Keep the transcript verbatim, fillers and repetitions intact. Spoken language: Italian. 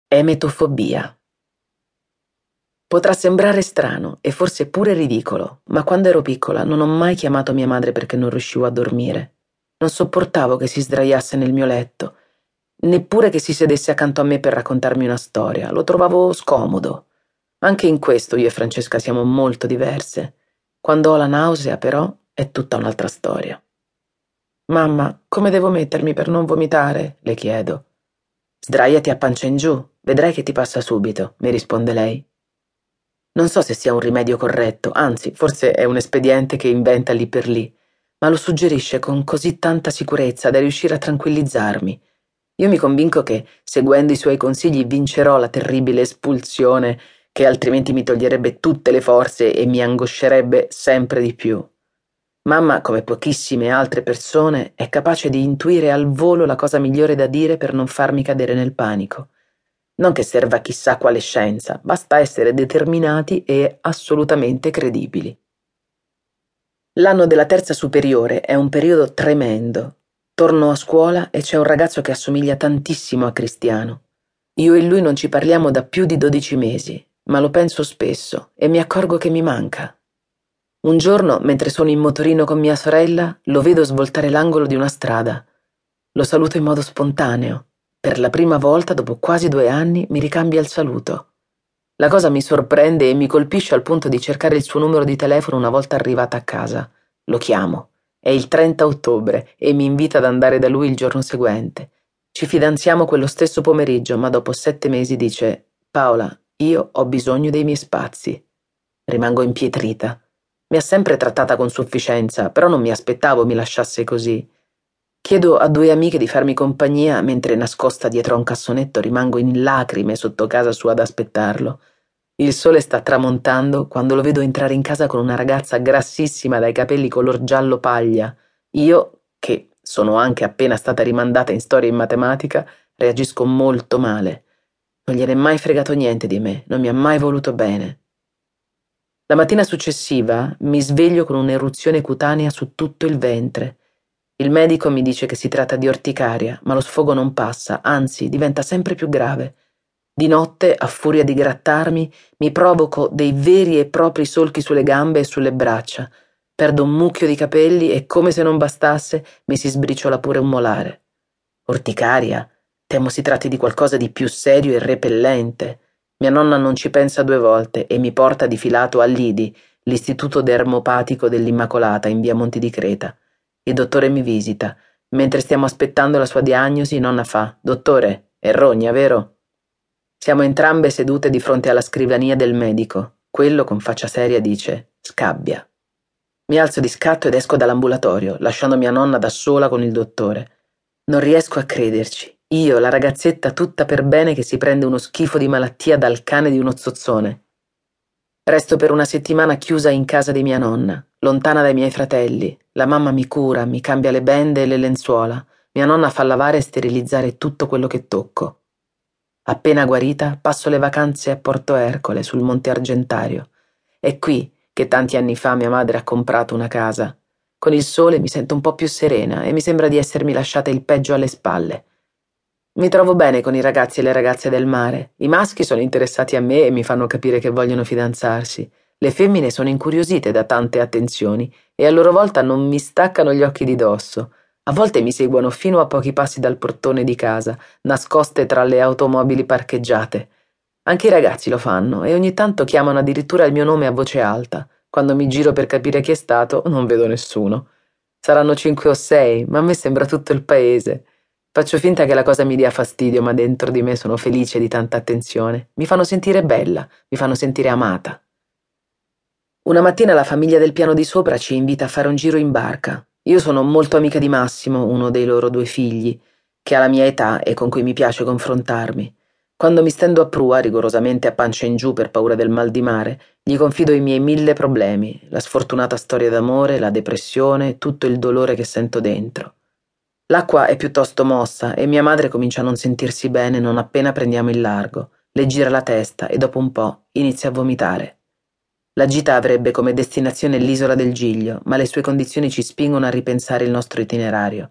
Emetofobia. Potrà sembrare strano e forse pure ridicolo, ma quando ero piccola non ho mai chiamato mia madre perché non riuscivo a dormire. Non sopportavo che si sdraiasse nel mio letto, neppure che si sedesse accanto a me per raccontarmi una storia. Lo trovavo scomodo. Anche in questo io e Francesca siamo molto diverse. Quando ho la nausea, però, è tutta un'altra storia. Mamma, come devo mettermi per non vomitare? Le chiedo. Sdraiati a pancia in giù, vedrai che ti passa subito, mi risponde lei. Non so se sia un rimedio corretto, anzi, forse è un espediente che inventa lì per lì, ma lo suggerisce con così tanta sicurezza da riuscire a tranquillizzarmi. Io mi convinco che, seguendo i suoi consigli, vincerò la terribile espulsione che altrimenti mi toglierebbe tutte le forze e mi angoscerebbe sempre di più. Mamma, come pochissime altre persone, è capace di intuire al volo la cosa migliore da dire per non farmi cadere nel panico. Non che serva chissà quale scienza, basta essere determinati e assolutamente credibili. L'anno della terza superiore è un periodo tremendo. Torno a scuola e c'è un ragazzo che assomiglia tantissimo a Cristiano. Io e lui non ci parliamo da più di dodici mesi, ma lo penso spesso e mi accorgo che mi manca. Un giorno, mentre sono in motorino con mia sorella, lo vedo svoltare l'angolo di una strada. Lo saluto in modo spontaneo. Per la prima volta, dopo quasi due anni, mi ricambia il saluto. La cosa mi sorprende e mi colpisce al punto di cercare il suo numero di telefono una volta arrivata a casa. Lo chiamo. È il trenta ottobre e mi invita ad andare da lui il giorno seguente. Ci fidanziamo quello stesso pomeriggio, ma dopo sette mesi dice: Paola, io ho bisogno dei miei spazi. Rimango impietrita. Mi ha sempre trattata con sufficienza, però non mi aspettavo mi lasciasse così. Chiedo a due amiche di farmi compagnia mentre, nascosta dietro a un cassonetto, rimango in lacrime sotto casa sua ad aspettarlo. Il sole sta tramontando quando lo vedo entrare in casa con una ragazza grassissima dai capelli color giallo paglia. Io, che sono anche appena stata rimandata in storia e in matematica, reagisco molto male. Non gliene è mai fregato niente di me, non mi ha mai voluto bene. La mattina successiva mi sveglio con un'eruzione cutanea su tutto il ventre. Il medico mi dice che si tratta di orticaria, ma lo sfogo non passa, anzi diventa sempre più grave. Di notte, a furia di grattarmi, mi provoco dei veri e propri solchi sulle gambe e sulle braccia. Perdo un mucchio di capelli e, come se non bastasse, mi si sbriciola pure un molare. Orticaria? Temo si tratti di qualcosa di più serio e repellente. Mia nonna non ci pensa due volte e mi porta di filato all'I D I, l'Istituto Dermopatico dell'Immacolata in via Monti di Creta. Il dottore mi visita. Mentre stiamo aspettando la sua diagnosi, nonna fa: Dottore, è rogna, vero? Siamo entrambe sedute di fronte alla scrivania del medico. Quello, con faccia seria, dice: Scabbia. Mi alzo di scatto ed esco dall'ambulatorio, lasciando mia nonna da sola con il dottore. Non riesco a crederci. Io, la ragazzetta tutta per bene che si prende uno schifo di malattia dal cane di uno zozzone. Resto per una settimana chiusa in casa di mia nonna, lontana dai miei fratelli. La mamma mi cura, mi cambia le bende e le lenzuola. Mia nonna fa lavare e sterilizzare tutto quello che tocco. Appena guarita, passo le vacanze a Porto Ercole, sul Monte Argentario. È qui che tanti anni fa mia madre ha comprato una casa. Con il sole mi sento un po' più serena e mi sembra di essermi lasciata il peggio alle spalle. Mi trovo bene con i ragazzi e le ragazze del mare. I maschi sono interessati a me e mi fanno capire che vogliono fidanzarsi. Le femmine sono incuriosite da tante attenzioni e a loro volta non mi staccano gli occhi di dosso. A volte mi seguono fino a pochi passi dal portone di casa, nascoste tra le automobili parcheggiate. Anche i ragazzi lo fanno e ogni tanto chiamano addirittura il mio nome a voce alta. Quando mi giro per capire chi è stato, non vedo nessuno. Saranno cinque o sei, ma a me sembra tutto il paese. Faccio finta che la cosa mi dia fastidio, ma dentro di me sono felice di tanta attenzione. Mi fanno sentire bella, mi fanno sentire amata. Una mattina la famiglia del piano di sopra ci invita a fare un giro in barca. Io sono molto amica di Massimo, uno dei loro due figli, che ha la mia età e con cui mi piace confrontarmi. Quando mi stendo a prua, rigorosamente a pancia in giù per paura del mal di mare, gli confido i miei mille problemi, la sfortunata storia d'amore, la depressione, tutto il dolore che sento dentro. L'acqua è piuttosto mossa e mia madre comincia a non sentirsi bene non appena prendiamo il largo. Le gira la testa e dopo un po' inizia a vomitare. La gita avrebbe come destinazione l'isola del Giglio, ma le sue condizioni ci spingono a ripensare il nostro itinerario.